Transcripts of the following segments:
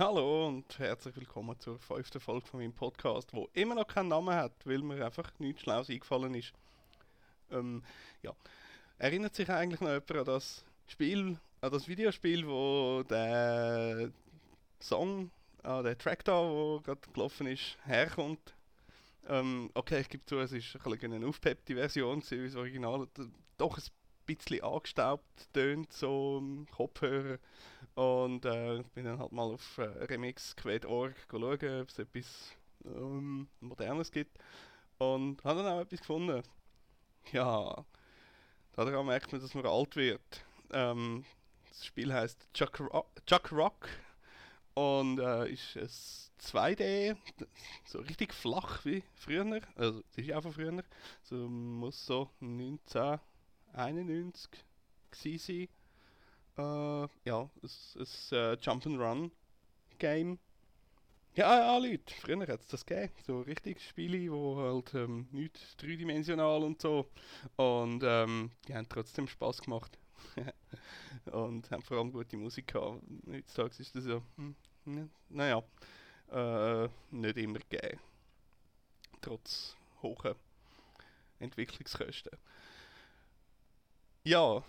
Hallo und herzlich willkommen zur 5. Folge von meinem Podcast, wo immer noch keinen Namen hat, weil mir einfach nichts Schlaues eingefallen ist. Ähm, ja. Erinnert sich eigentlich noch jemand an das Spiel, an das Videospiel, wo der Song, der Track da, wo gerade gelaufen ist, herkommt? Okay, ich gebe zu, es ist ein bisschen eine aufpeppte Version gewesen, wie das Original. Doch ein bisschen angestaubt tönt, so im Kopfhörer. Und ich bin dann halt mal auf remix.org schauen, ob es etwas Modernes gibt. Und habe dann auch etwas gefunden. Ja, daran merkt man, dass man alt wird. Das Spiel heißt Chuck Rock und ist ein 2D, so richtig flach wie früher. Also, das ist auch von früher. So muss so 1991 gewesen sein. Ja, ein Jump'n'Run-Game. Ja, ja, Leute, früher hat es das gegeben. So richtig Spiele, wo halt nicht dreidimensional und so. Und die haben trotzdem Spaß gemacht. Und haben vor allem gute Musik gehabt. Heutzutage ist das ja, naja, nicht immer gegeben. Trotz hoher Entwicklungskosten. Ja,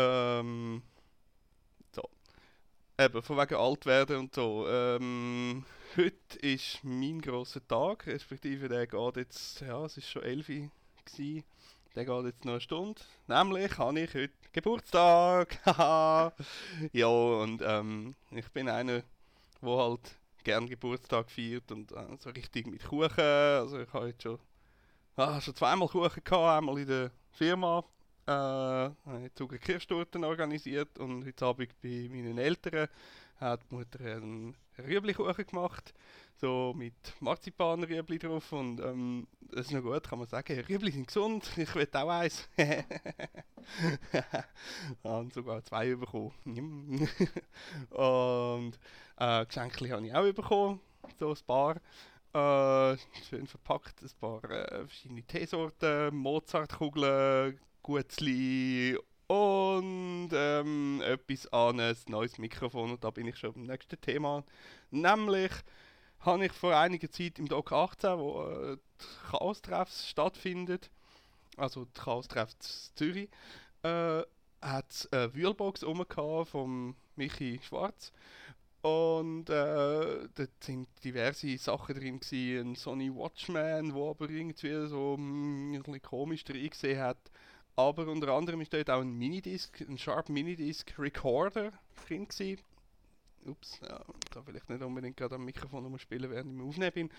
so. Eben, von wegen alt werden und so. Heute ist mein grosser Tag, respektive der geht jetzt, ja, es ist schon 11 Uhr gsi. Der geht jetzt noch eine Stunde. Nämlich habe ich heute Geburtstag. Haha. Ja, und ich bin einer, der halt gern Geburtstag feiert und so richtig mit Kuchen. Also ich habe jetzt schon zweimal Kuchen gehabt, einmal in der Firma. Habe ich Zucker Kirschtorten organisiert und heute Abend bei meinen Eltern hat die Mutter einen Rüeblikuchen gemacht, so mit Marzipanrüebli drauf und das ist noch gut, kann man sagen, Rüebli sind gesund, ich will auch eins. Und sogar zwei bekommen. Und Geschenke habe ich auch bekommen, so ein paar. Schön verpackt, ein paar verschiedene Teesorten, Mozartkugeln, Gutzli und etwas an ein neues Mikrofon. Und da bin ich schon beim nächsten Thema. Nämlich habe ich vor einiger Zeit im Doc 18, wo die Chaos-Treffs stattfindet, also die Chaos-Treffs in Zürich, hat es eine Wühlbox von Michi Schwarz. Und dort sind diverse Sachen drin gewesen. Ein Sony Watchman, wo aber irgendwie so ein bisschen komisch drin gesehen hat. Aber unter anderem ist dort auch ein Minidisc, ein Sharp Minidisc Recorder drin gewesen. Ups, ja, da will ich nicht unbedingt gerade am Mikrofon rumspielen, während ich mir aufnehmen bin.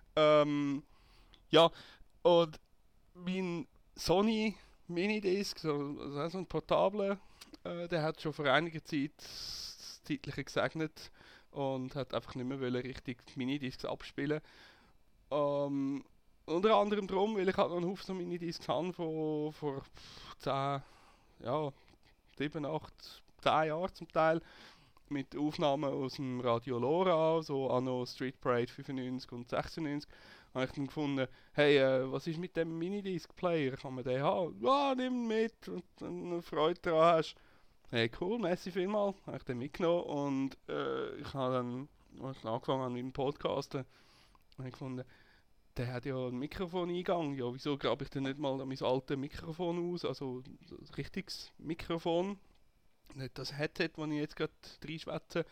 Ja, und mein Sony Minidisc, so ein portabler, der hat schon vor einiger Zeit das Zeitliche gesegnet und hat einfach nicht mehr richtig die Minidiscs abspielen. Unter anderem darum, weil ich halt noch einen Haufen so Minidiscs habe von vor 10, ja, 7, 8, 10 Jahren zum Teil. Mit Aufnahmen aus dem Radio Lora, so anno Street Parade 95 und 96, habe ich dann gefunden, hey, was ist mit dem Minidisc-Player? Kann man den haben? Ja, nimm ihn mit und dann Freude daran hast. Hey, cool, merci vielmals. Habe ich den mitgenommen und ich habe dann, als ich angefangen habe mit dem Podcasten, habe ich gefunden, der hat ja einen Mikrofoneingang. Ja, wieso grabe ich denn nicht mal mein altes Mikrofon aus? Also ein richtiges Mikrofon. Nicht das Headset, das ich jetzt gerade reinschwätze.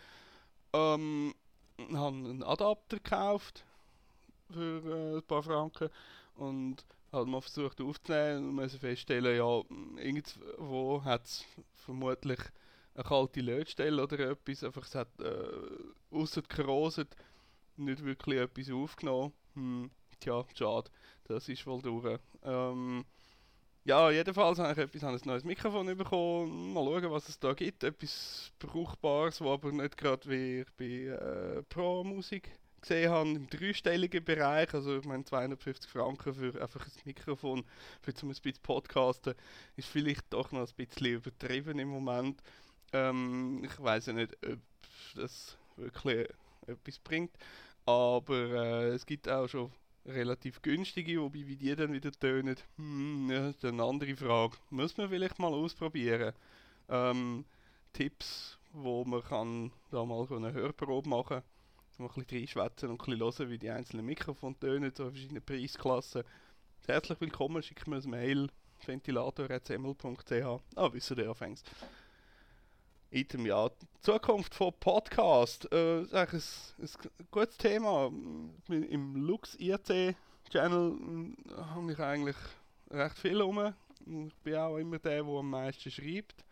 Habe einen Adapter gekauft für ein paar Franken und habe mal versucht aufzunehmen und musste feststellen, ja, irgendwo hat es vermutlich eine kalte Lötstelle oder etwas. Einfach, es hat ausser geroset nicht wirklich etwas aufgenommen. Tja, schade. Das ist wohl durch. Ja, jedenfalls habe ich ein neues Mikrofon bekommen. Mal schauen, was es da gibt. Etwas Brauchbares, was aber nicht gerade wie ich bei Pro-Musik gesehen habe, im dreistelligen Bereich. Also ich meine 250 Franken für einfach ein Mikrofon, für zum ein bisschen Podcasten, ist vielleicht doch noch ein bisschen übertrieben im Moment. Ich weiß ja nicht, ob das wirklich etwas bringt, aber es gibt auch schon relativ günstige, wobei wie die dann wieder tönen, ja, das ist eine andere Frage. Muss man vielleicht mal ausprobieren. Tipps, wo man kann da mal so eine Hörprobe machen. mal ein bisschen reinschwätzen und ein bisschen hören, wie die einzelnen Mikrofone tönen, so in verschiedenen Preisklassen. Herzlich willkommen, schickt mir ein Mail, ventilator.semmel.ch. Wisst ihr anfängst. Item, ja, Zukunft von Podcast. Ist eigentlich ein gutes Thema. Im Lux IRC Channel habe ich eigentlich recht viel rum. Ich bin auch immer der am meisten schreibt.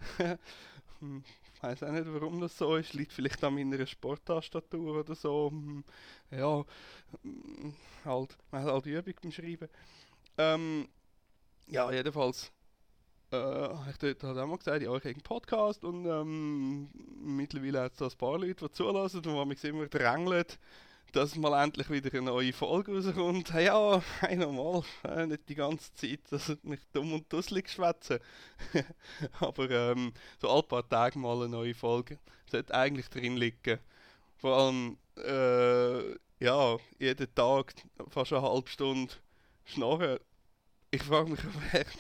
Ich weiß auch nicht, warum das so ist. Liegt vielleicht an meiner Sporttastatur oder so. Ja, man hat halt Übung beim Schreiben. Ja, jedenfalls habe ich dort halt auch mal gesagt, ja, ich habe einen Podcast und mittlerweile hat es da ein paar Leute, die zulassen und die mich immer drängeln, dass mal endlich wieder eine neue Folge rauskommt. Hey, ja, hey, normal, nicht die ganze Zeit, dass ich nicht dumm und dusselig schwätze. Aber so alle paar Tage mal eine neue Folge sollte eigentlich drin liegen. Vor allem, ja, jeden Tag fast eine halbe Stunde schnarren. Ich frage mich,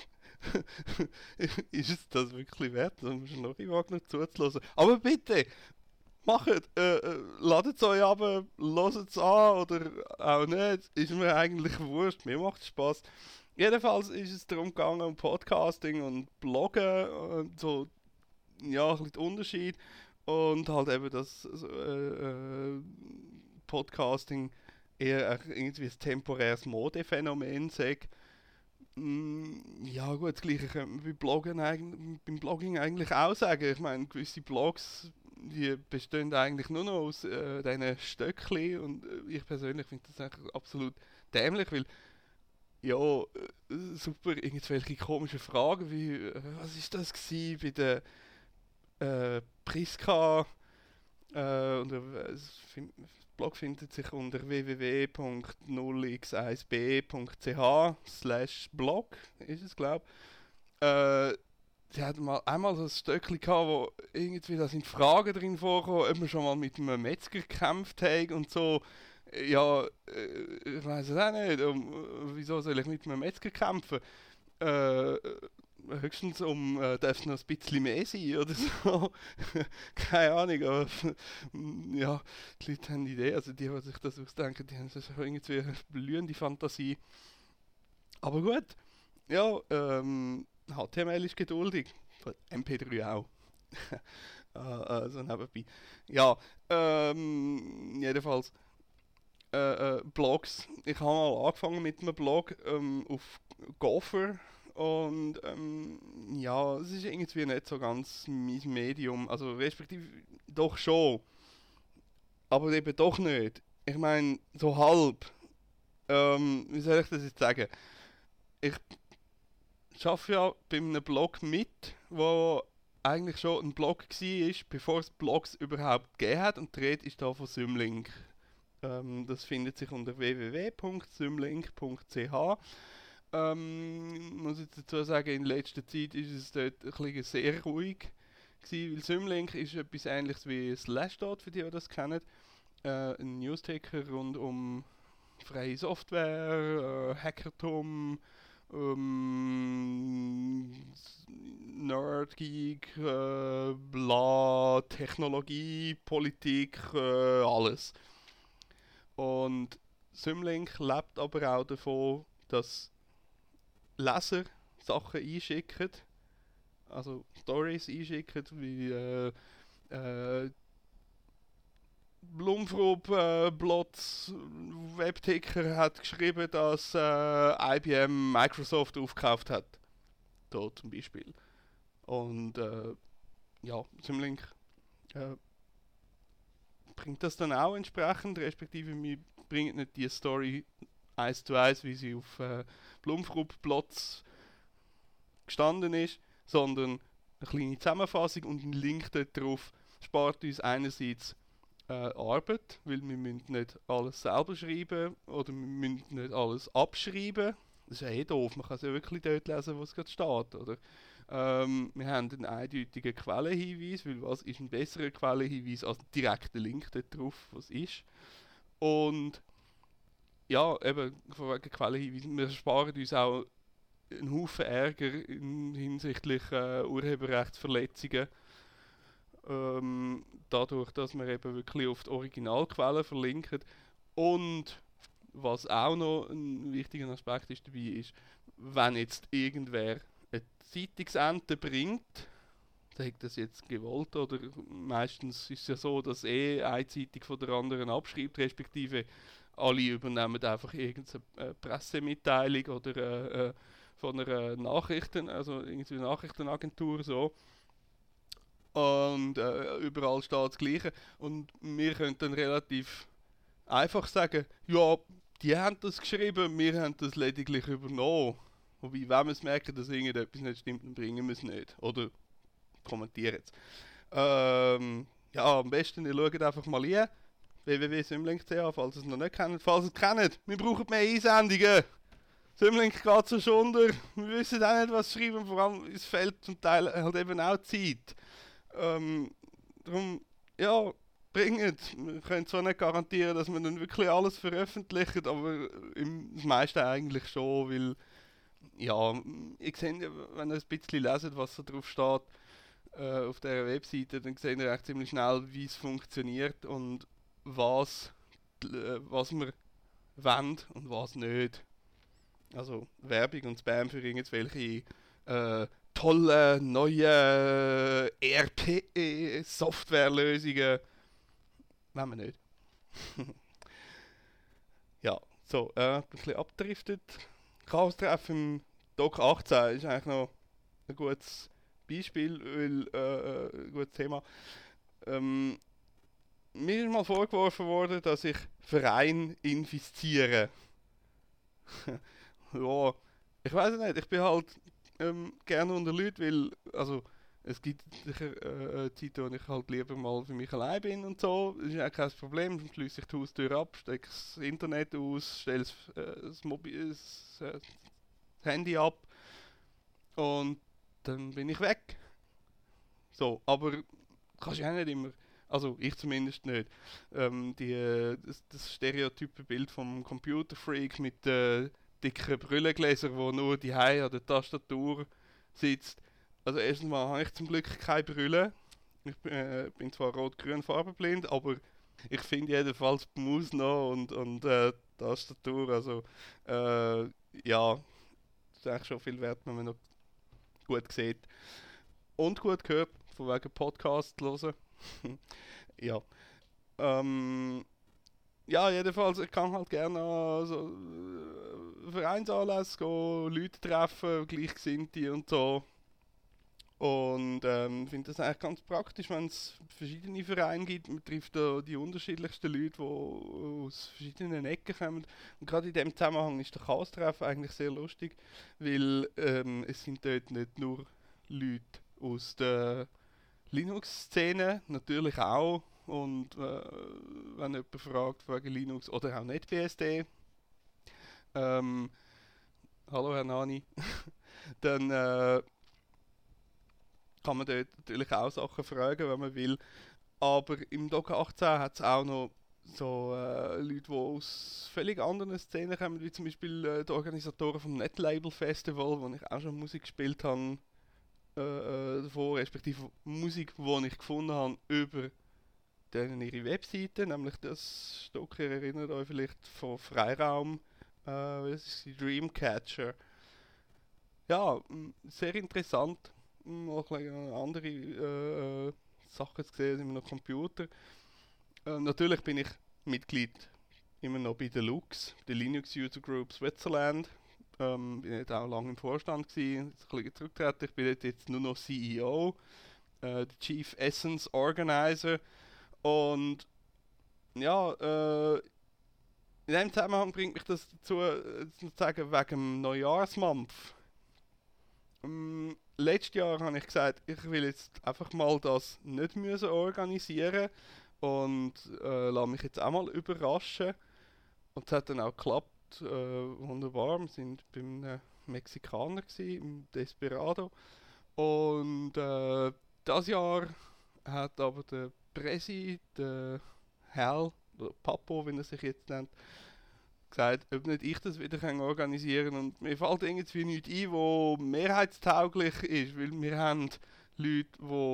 ist es das wirklich wert, um Schnorri Wagner zuzulassen? Aber bitte, macht, ladet es euch ab, hört es an oder auch nicht, ist mir eigentlich wurscht, mir macht es Spaß. Jedenfalls ist es darum gegangen, um Podcasting und Bloggen und so, ja, ein bisschen der Unterschied und halt eben das Podcasting eher irgendwie ein temporäres Modephänomen sagt. Ja gut, das Gleiche könnte man beim Blogging eigentlich auch sagen. Ich meine, gewisse Blogs, die bestehen eigentlich nur noch aus diesen Stöckchen und ich persönlich finde das eigentlich absolut dämlich, weil ja, super, irgendwelche komischen Fragen wie, was ist das gewesen bei der Priska und das Blog findet sich unter www.0x1b.ch/blog, ist es glaube ich. Sie hat mal einmal so ein Stöckchen gehabt, wo irgendwie, da sind Fragen drin vorgekommen, ob man schon mal mit einem Metzger gekämpft hat und so. Ja, ich weiß es auch nicht. Wieso soll ich mit einem Metzger kämpfen? Höchstens darf es noch ein bisschen mehr sein oder so. Keine Ahnung, aber ja, die Leute haben eine Idee, also die sich das ausdenken, die haben so irgendwie eine blühende Fantasie. Aber gut, ja, HTML ist geduldig, MP3 auch. Also nebenbei. Ja, jedenfalls. Blogs. Ich habe mal angefangen mit einem Blog auf Gopher und ja, es ist irgendwie nicht so ganz mein Medium, also respektive doch schon, aber eben doch nicht. Ich meine, so halb. Wie soll ich das jetzt sagen? Ich arbeite ja bei einem Blog mit, wo eigentlich schon ein Blog war, bevor es Blogs überhaupt gegeben hat und die Rede ist da von Symlink. Das findet sich unter www.symlink.ch. Muss ich dazu sagen, in letzter Zeit ist es dort ein bisschen sehr ruhig gewesen, weil Symlink ist etwas ähnliches wie Slashdot, für die das kennen. Ein Newsticker rund um freie Software, Hackertum, Nerd, Geek, bla, Technologie, Politik, alles. Und Symlink lebt aber auch davon, dass Leser Sachen einschicken, also Stories einschicken, wie Blumfrub Blotz Webticker hat geschrieben, dass IBM Microsoft aufgekauft hat. Da zum Beispiel. Und ja, Symlink bringt das dann auch entsprechend, respektive wir bringen nicht die Story 1 zu 1, wie sie auf Blumfrub-Plots gestanden ist, sondern eine kleine Zusammenfassung und ein Link dort drauf spart uns einerseits Arbeit, weil wir müssen nicht alles selber schreiben oder wir müssen nicht alles abschreiben. Das ist ja eh doof, man kann es ja wirklich dort lesen, wo es gerade steht, oder? Wir haben einen eindeutigen Quellenhinweis, weil was ist ein besserer Quellenhinweis als ein direkter Link dort drauf, was ist. Und ja, eben von wegen Quellenhinweis, wir sparen uns auch einen Haufen Ärger hinsichtlich Urheberrechtsverletzungen. dadurch, dass wir eben wirklich auf die Originalquellen verlinken. Und was auch noch ein wichtiger Aspekt ist dabei, ist, wenn jetzt irgendwer eine Zeitungsente bringt, sei das jetzt gewollt oder meistens ist es ja so, dass eine Zeitung von der anderen abschreibt, respektive alle übernehmen einfach irgendeine Pressemitteilung oder von einer also irgendwie eine Nachrichtenagentur so. Und überall steht das Gleiche. Und wir können dann relativ einfach sagen, ja, die haben das geschrieben, wir haben das lediglich übernommen. Wobei, wenn wir es merken, dass irgendetwas nicht stimmt, dann bringen wir es nicht. Oder kommentieren es. Ja, am besten, ihr schaut einfach mal rein. www.symlink.ch, falls ihr es noch nicht kennt. Falls ihr es kennt, wir brauchen mehr Einsendungen. Symlink geht so schon unter. Wir wissen auch nicht, was schreiben, vor allem es fehlt zum Teil halt eben auch Zeit. Darum, ja, bringt. Wir können zwar nicht garantieren, dass wir dann wirklich alles veröffentlichen, aber das meiste eigentlich schon, weil, ja, ich sehe, wenn ihr ein bisschen leset, was da drauf steht, auf dieser Webseite, dann seht ihr echt ziemlich schnell, wie es funktioniert und was wir wollen und was nicht. Also Werbung und Spam für irgendwelche tolle neue ERP-Softwarelösungen wollen wir nicht. Ja, so, ein bisschen abdriftet. Chaos-Treffen im Doc 18 ist eigentlich noch ein gutes Beispiel, weil ein gutes Thema. Mir ist mal vorgeworfen worden, dass ich Verein infiziere. Ja, ich weiß es nicht, ich bin halt gerne unter Leuten, weil, also, es gibt sicher Zeiten, wo ich halt lieber mal für mich allein bin und so, das ist ja kein Problem, dann schließe ich die Haustür ab, stecke das Internet aus, stelle das Handy ab und dann bin ich weg. So, aber kannst ja auch nicht immer, also ich zumindest nicht, das stereotype Bild vom Computerfreak mit dicken Brillengläsern, wo nur die an der Tastatur sitzt. Also erstens mal habe ich zum Glück keine Brille. Ich bin zwar rot-grün farbenblind, aber ich finde jedenfalls die Maus noch und die Tastatur, also ja, das ist eigentlich schon viel wert, wenn man noch gut sieht und gut hört, von wegen Podcast hören. Ja. Ja, jedenfalls, ich kann halt gerne an so Vereinsanlässe gehen, Leute treffen, Gleichgesinnte und so. Und finde das eigentlich ganz praktisch, wenn es verschiedene Vereine gibt. Man trifft da die unterschiedlichsten Leute, die aus verschiedenen Ecken kommen. Und gerade in dem Zusammenhang ist der Chaos-Treffen eigentlich sehr lustig, weil es sind dort nicht nur Leute aus der Linux-Szene, natürlich auch. Und wenn jemand fragt wegen Linux oder auch nicht BSD, hallo Herr Nani, dann kann man dort natürlich auch Sachen fragen, wenn man will. Aber im Docker 18 hat es auch noch so Leute, die aus völlig anderen Szenen kommen, wie zum Beispiel die Organisatoren vom Netlabel Festival, wo ich auch schon Musik gespielt habe, davor, respektive Musik, die ich gefunden habe über ihre Webseite, nämlich das Stück, ihr erinnert euch vielleicht von Freiraum, das ist die Dreamcatcher. Ja, sehr interessant, mal ein andere Sachen zu sehen als immer noch Computer. Natürlich bin ich Mitglied immer noch bei der LUX, der Linux User Group Switzerland. Bin jetzt auch lange im Vorstand gewesen, jetzt ein bisschen zurückgetreten. Ich bin jetzt nur noch CEO, der Chief Essence Organizer. Und ja, in dem Zusammenhang bringt mich das dazu, zu sagen, wegen dem Neujahrsmampf. Letztes Jahr habe ich gesagt, ich will jetzt einfach mal das nicht müssen organisieren und lasse mich jetzt auch mal überraschen. Und es hat dann auch geklappt, wunderbar. Wir sind beim Mexikaner gewesen, im Desperado. Und das Jahr hat aber der Presi, der Hal, oder Papo, wie er sich jetzt nennt, gesagt, ob nicht ich das wieder organisieren kann. Und mir fällt irgendwie nichts ein, wo mehrheitstauglich ist, weil wir haben Leute, die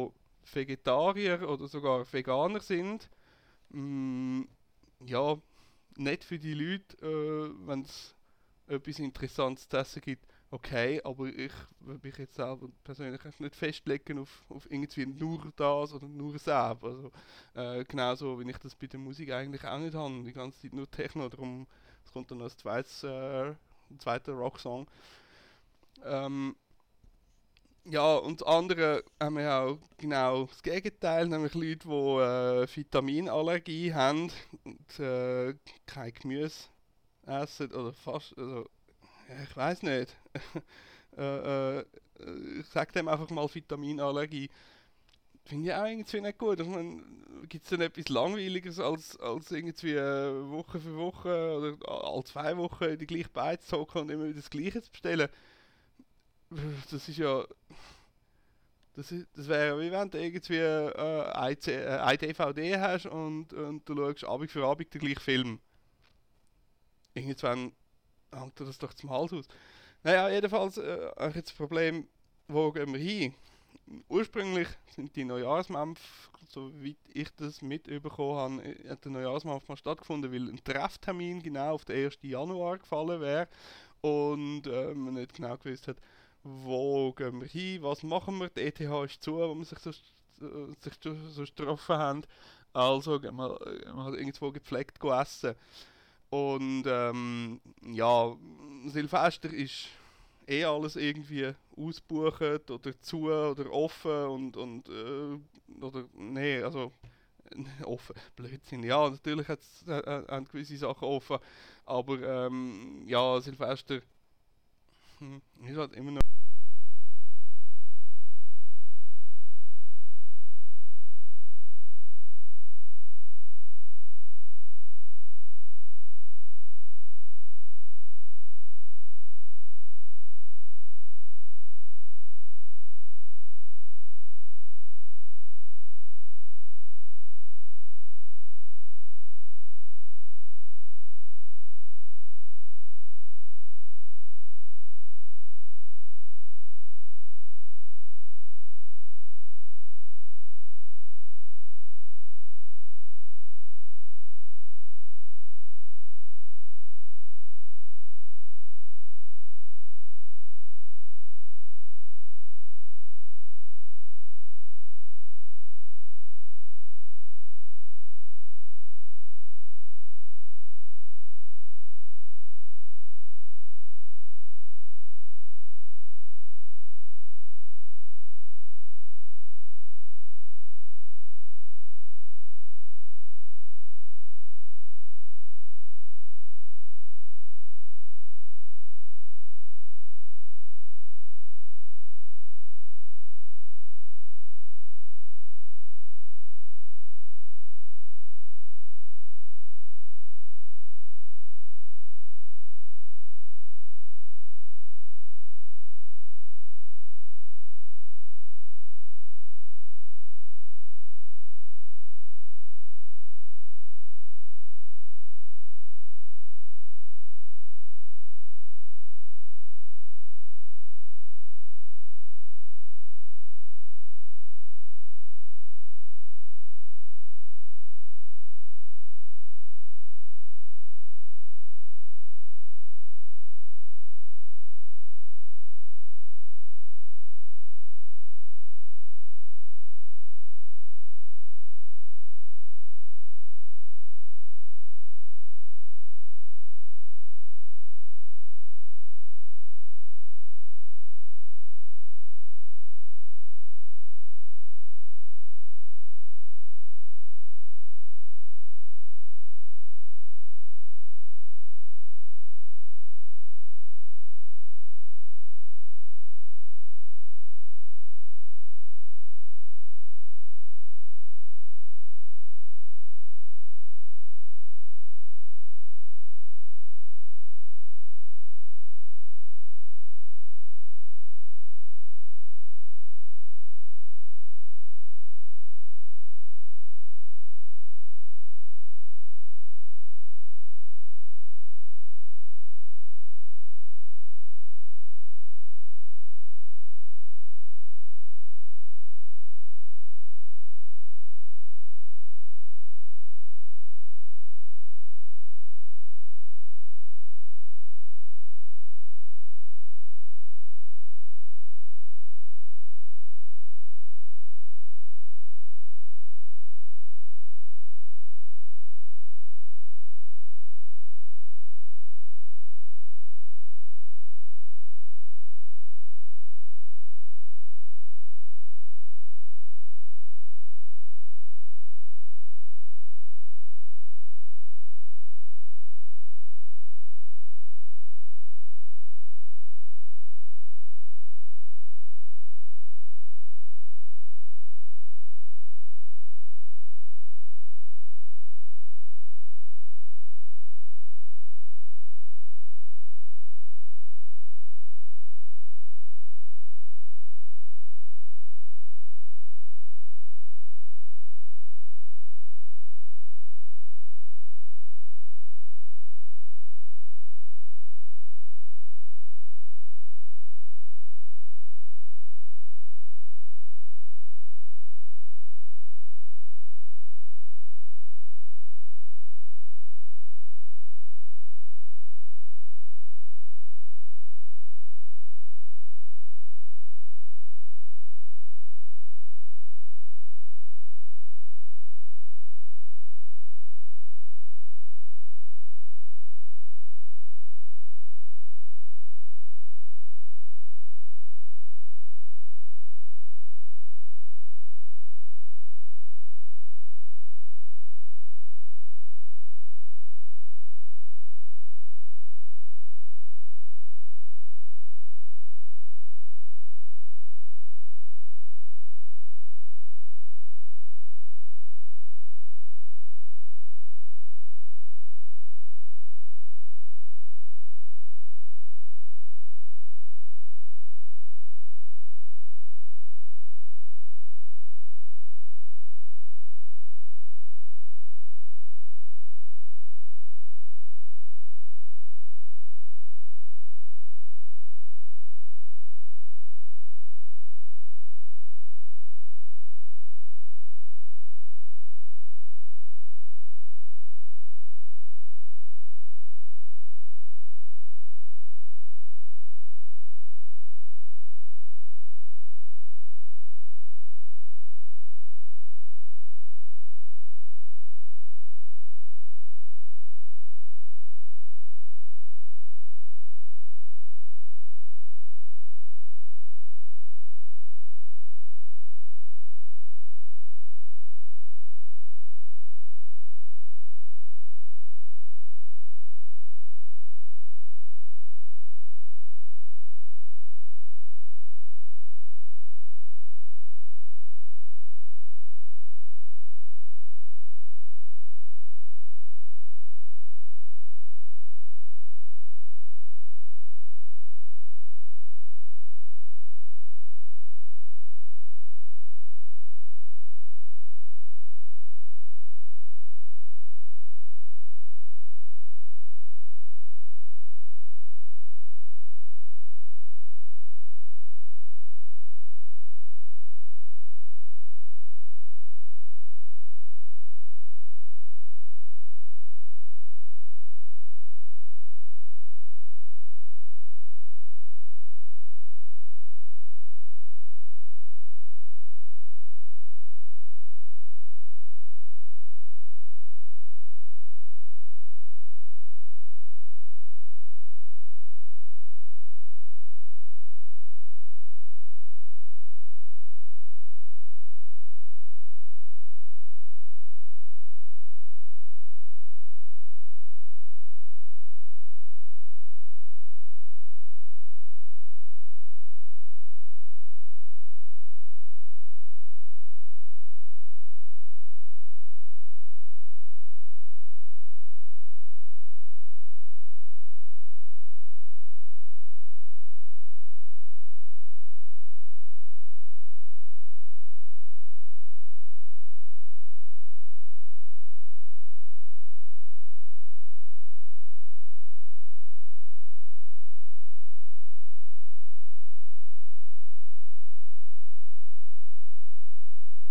Vegetarier oder sogar Veganer sind. Mm, ja, nicht für die Leute, wenn es etwas Interessantes zu essen gibt, okay, aber ich würde mich jetzt selber persönlich nicht festlegen auf irgendwie nur das oder nur das. Also, genauso wie ich das bei der Musik eigentlich auch nicht habe. Die ganze Zeit nur Techno, darum es kommt dann als ein zweiter Rocksong. Ähm, ja, und das andere haben wir auch genau das Gegenteil, nämlich Leute, die Vitaminallergie haben und kein Gemüse essen oder fast, also ja, ich weiß nicht. äh, äh, ich sag dem einfach mal Vitaminallergie. Finde ich auch irgendwie nicht gut. Ich meine, gibt es denn etwas Langweiligeres als irgendwie Woche für Woche oder alle 2 Wochen in die gleiche Beiz zu hocken und immer wieder das Gleiche zu bestellen? Das ist ja. Das wäre wie wenn du irgendwie ein DVD hast und du schaust Abend für Abend den gleichen Film. Irgendwann hängt dir das doch zum Hals aus. Naja, jedenfalls habe ich jetzt das Problem, wo gehen wir hin? Ursprünglich sind die Neujahrsmampf, soweit ich das mitbekommen habe, hat der Neujahrsmampf mal stattgefunden, weil ein Trefftermin genau auf den 1. Januar gefallen wäre und man nicht genau gewusst hat, wo gehen wir hin, was machen wir. Die ETH ist zu, wo man sich so getroffen haben. Also gehen wir halt irgendwo gepflegt essen. Und ja, Silvester ist eh alles irgendwie ausgebucht oder zu oder offen oder nee, also offen, Blödsinn, ja, natürlich haben gewisse Sachen offen, aber ja, Silvester ist halt immer noch